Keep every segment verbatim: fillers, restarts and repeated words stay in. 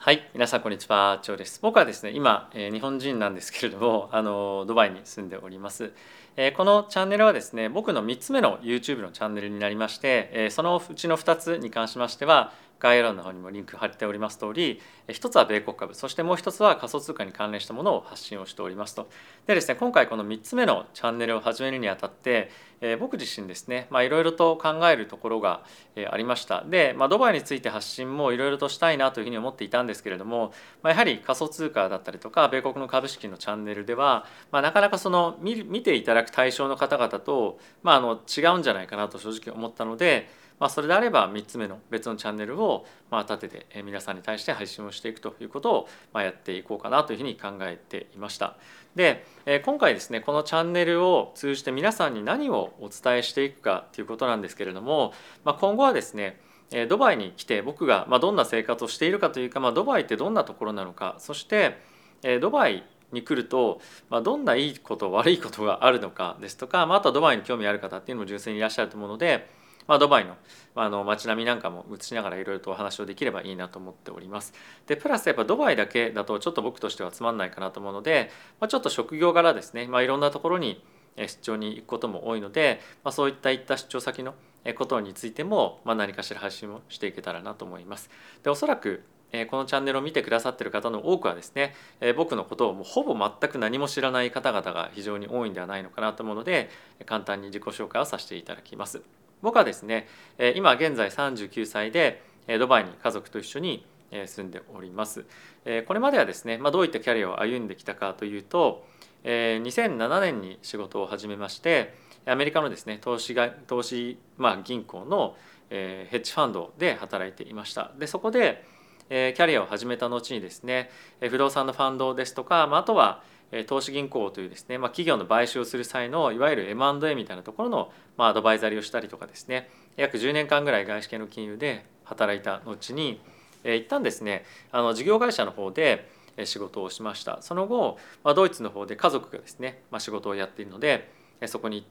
はい、皆さんこんにちは、チョウです。僕はですね、今、えー日本人なんですけれども、あのドバイに住んでおります。えーこのチャンネルはですね、僕のみっつめの YouTube のチャンネルになりまして、えーそのうちのふたつに関しましては、概要欄の方にもリンク貼っております通り、えーひとつは米国株、そしてもうひとつは仮想通貨に関連したものを発信をしておりますと。でですね、今回このみっつめのチャンネルを始めるにあたって、えー僕自身ですね、まあいろいろと考えるところがえーありました。で、まあ、ドバイについて発信もいろいろとしたいなというふうに思っていたんですけれども、まあ、やはり仮想通貨だったりとか米国の株式のチャンネルでは、まあ、なかなかその見見ていただく対象の方々と、まあ、あの違うんじゃないかなと正直思ったので、まあ、それであればみっつめの別のチャンネルをまあ立ててえー皆さんに対して配信をしていくということをまあやっていこうかなというふうに考えていました。で、えー今回ですねこのチャンネルを通じて皆さんに何をお伝えしていくかということなんですけれども、まあ、今後はですねえードバイに来て僕がまあどんな生活をしているかというか、まあ、ドバイってどんなところなのか、そしてえードバイに来ると、まあ、どんないいこと悪いことがあるのかですとか、まあ、あとはドバイに興味ある方っていうのも純粋にいらっしゃると思うので、まあ、ドバイのまああの街並みなんかも映しながらいろいろとお話をできればいいなと思っております。でプラスやっぱドバイだけだとちょっと僕としてはつまんないかなと思うので、まあ、ちょっと職業柄ですね、まあ、いろんなところに出張に行くことも多いので、まあ、そういった行った出張先のことについても、まあ、何かしら発信をしていけたらなと思います。でおそらくこのチャンネルを見てくださっている方の多くはですね僕のことをもうほぼ全く何も知らない方々が非常に多いんではないのかなと思うので、簡単に自己紹介をさせていただきます。僕はですね今現在さんじゅうきゅうさいでドバイに家族と一緒に住んでおります。これまではですね、まあ、どういったキャリアを歩んできたかというと、にせんななねんに仕事を始めまして、アメリカのですね投資が投資、まあ、銀行のヘッジファンドで働いていました。でそこでキャリアを始めた後にですね不動産のファンドですとか、あとは投資銀行というですね、まあ、企業の買収をする際のいわゆる エムアンドエー みたいなところの、まあ、アドバイザリーをしたりとかですね、約じゅうねんかんぐらい外資系の金融で働いた後に一旦ですねあの事業会社の方で仕事をしました。その後、まあ、ドイツの方で家族がですね、まあ、仕事をやっているのでそこに行って、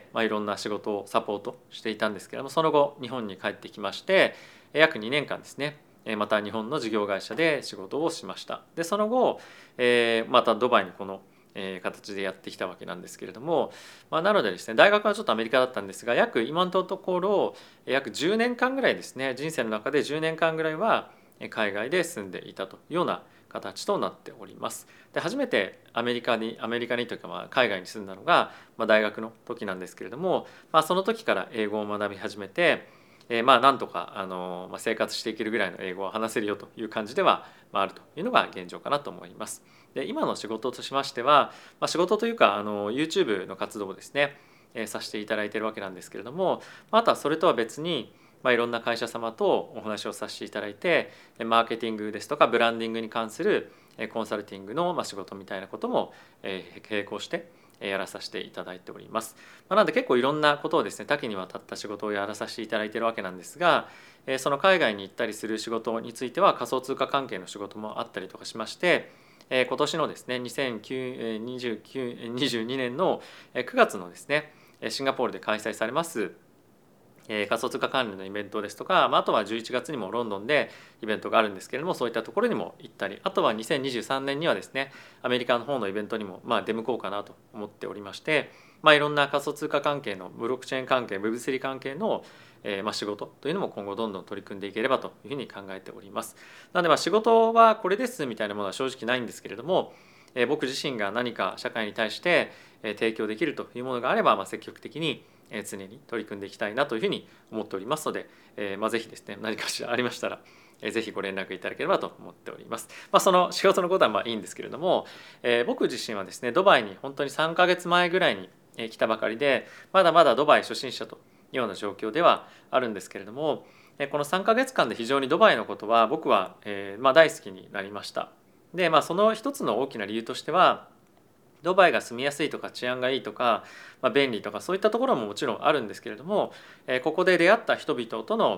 まあ、いろんな仕事をサポートしていたんですけれども、その後日本に帰ってきまして約にねんかんですねまた日本の事業会社で仕事をしました。でその後またドバイにこの形でやってきたわけなんですけれども、まあ、なのでですね大学はちょっとアメリカだったんですが、約今のところ約じゅうねんかんぐらいですね、人生の中でじゅうねんかんぐらいは海外で住んでいたというような形となっております。で初めてアメリカにアメリカにというかまあ海外に住んだのがまあ大学の時なんですけれども、まあ、その時から英語を学び始めて、えー、まあなんとかあの、まあ、生活していけるぐらいの英語を話せるよという感じでは、まあ、あるというのが現状かなと思います。で今の仕事としましては、まあ、仕事というかあの YouTube の活動をですね、えー、させていただいているわけなんですけれども、またはそれとは別にまあ、いろんな会社様とお話をさせていただいて、マーケティングですとかブランディングに関するコンサルティングの仕事みたいなことも並行してやらさせていただいております。なので結構いろんなことをですね多岐にわたった仕事をやらさせていただいているわけなんですが、その海外に行ったりする仕事については仮想通貨関係の仕事もあったりとかしまして、今年のですねにせんにじゅうきゅう、にじゅうにねんのくがつのですねシンガポールで開催されます仮想通貨関連のイベントですとか、あとはじゅういちがつにもロンドンでイベントがあるんですけれども、そういったところにも行ったり、あとはにせんにじゅうさんねんにはですねアメリカの方のイベントにもまあ出向こうかなと思っておりまして、まあ、いろんな仮想通貨関係のブロックチェーン関係 ウェブスリー 関係のえーまあ仕事というのも今後どんどん取り組んでいければというふうに考えております。なのでまあ仕事はこれですみたいなものは正直ないんですけれども、えー僕自身が何か社会に対して提供できるというものがあれば、まあ積極的に常に取り組んでいきたいなというふうに思っておりますので、えーまあ、ぜひですね何かしらありましたらぜひご連絡いただければと思っております。まあ、その仕事のことはまあいいんですけれども、えー、僕自身はですねドバイに本当にさんかげつまえぐらいに来たばかりで、まだまだドバイ初心者というような状況ではあるんですけれども、このさんかげつかんで非常にドバイのことは僕は、えーまあ、大好きになりました。で、まあ、その一つの大きな理由としてはドバイが住みやすいとか治安がいいとか、まあ、便利とかそういったところももちろんあるんですけれども、ここで出会った人々との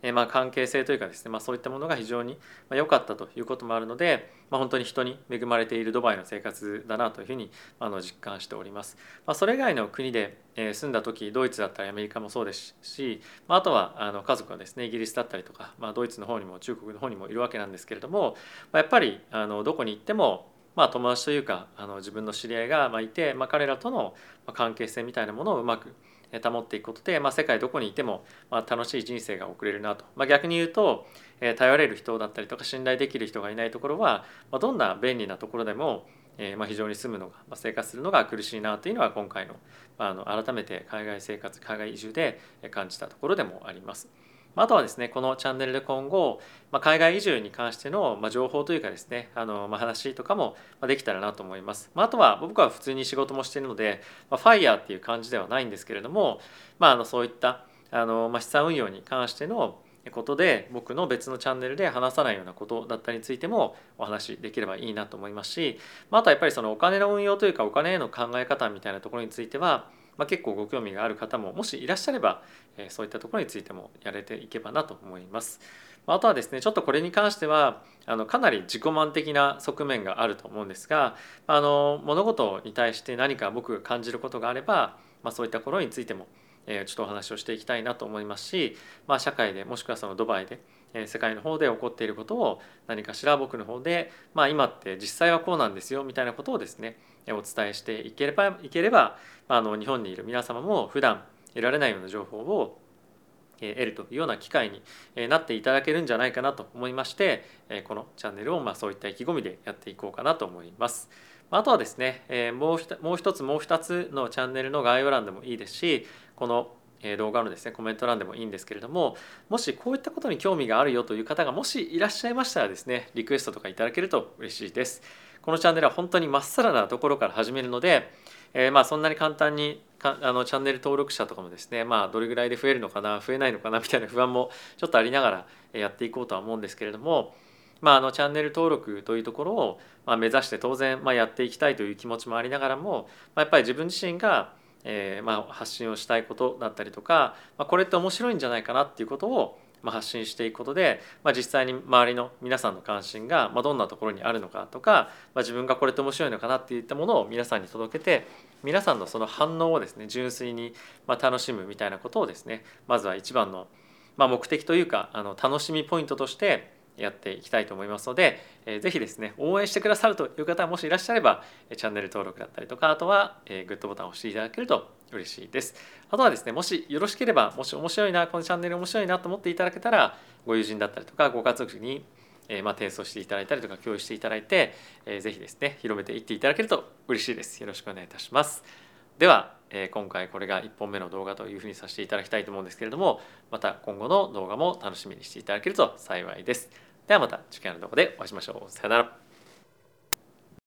えーまあ関係性というかですね、まあ、そういったものが非常に良かったということもあるので、まあ、本当に人に恵まれているドバイの生活だなというふうにあの実感しております。まあ、それ以外の国で住んだ時、ドイツだったりアメリカもそうですし、まあ、あとはあの家族がですねイギリスだったりとか、まあ、ドイツの方にも中国の方にもいるわけなんですけれども、まあ、やっぱりあのどこに行ってもまあ友達というかあの自分の知り合いがまあいて、まあ、彼らとの関係性みたいなものをうまく保っていくことで、まあ、世界どこにいてもまあ楽しい人生が送れるなと、まあ、逆に言うと頼れる人だったりとか信頼できる人がいないところは、まあ、どんな便利なところでもえーまあ非常に住むのが、まあ、生活するのが苦しいなというのは今回の、まあ、あの改めて海外生活海外移住で感じたところでもあります。あとはですねこのチャンネルで今後、まあ、海外移住に関しての、まあ、情報というかですねあの、まあ、話とかもできたらなと思います。まあ、あとは僕は普通に仕事もしているので、まあ、ファイヤーっていう感じではないんですけれども、まあ、あのそういったあの、まあ、資産運用に関してのことで僕の別のチャンネルで話さないようなことだったりについてもお話しできればいいなと思いますし、まあ、あとはやっぱりそのお金の運用というかお金への考え方みたいなところについては、まあ、結構ご興味がある方ももしいらっしゃれば、えーそういったところについてもやれていけばなと思います。まああとはですねちょっとこれに関してはあのかなり自己満的な側面があると思うんですが、あの物事に対して何か僕が感じることがあれば、まあ、そういったことについてもえーちょっとお話をしていきたいなと思いますし、まあ、社会でもしくはそのドバイで、えー世界の方で起こっていることを何かしら僕の方で、まあ、今って実際はこうなんですよみたいなことをですねえーお伝えしていければいければ、まあ、あの日本にいる皆様も普段得られないような情報をえー得るというような機会にえーなっていただけるんじゃないかなと思いまして、えーこのチャンネルをまあそういった意気込みでやっていこうかなと思います。まああとはですね、えーもうひともう一つもう二つのチャンネルの概要欄でもいいですし、このえー動画のですねコメント欄でもいいんですけれども、もしこういったことに興味があるよという方がもしいらっしゃいましたらですねリクエストとかいただけると嬉しいです。このチャンネルは本当にまっさらなところから始めるので、えーまあそんなに簡単にかあのチャンネル登録者とかもですね、まあ、どれぐらいで増えるのかな増えないのかなみたいな不安もちょっとありながらやっていこうとは思うんですけれども、まあ、あのチャンネル登録というところをまあ目指して当然まあやっていきたいという気持ちもありながらも、まあ、やっぱり自分自身がえーまあ発信をしたいことだったりとか、まあ、これって面白いんじゃないかなっていうことをまあ発信していくことで、まあ、実際に周りの皆さんの関心がまあどんなところにあるのかとか、まあ、自分がこれって面白いのかなっていったものを皆さんに届けて、皆さんのその反応をですね純粋にまあ楽しむみたいなことをですねまずは一番のまあ目的というかあの楽しみポイントとしてやっていきたいと思いますので、えー、ぜひですね応援してくださるという方もしいらっしゃればチャンネル登録だったりとか、あとは、えー、グッドボタンを押していただけると嬉しいです。あとはですねもしよろしければ、もし面白いなこのチャンネル面白いなと思っていただけたら、ご友人だったりとかご家族にえーまあ、転送していただいたりとか共有していただいて、えー、ぜひですね広めていっていただけると嬉しいです。よろしくお願いいたします。では、えー今回これがいっぽんめの動画というふうにさせていただきたいと思うんですけれども、また今後の動画も楽しみにしていただけると幸いです。ではまた次回の動画でお会いしましょう。さよなら。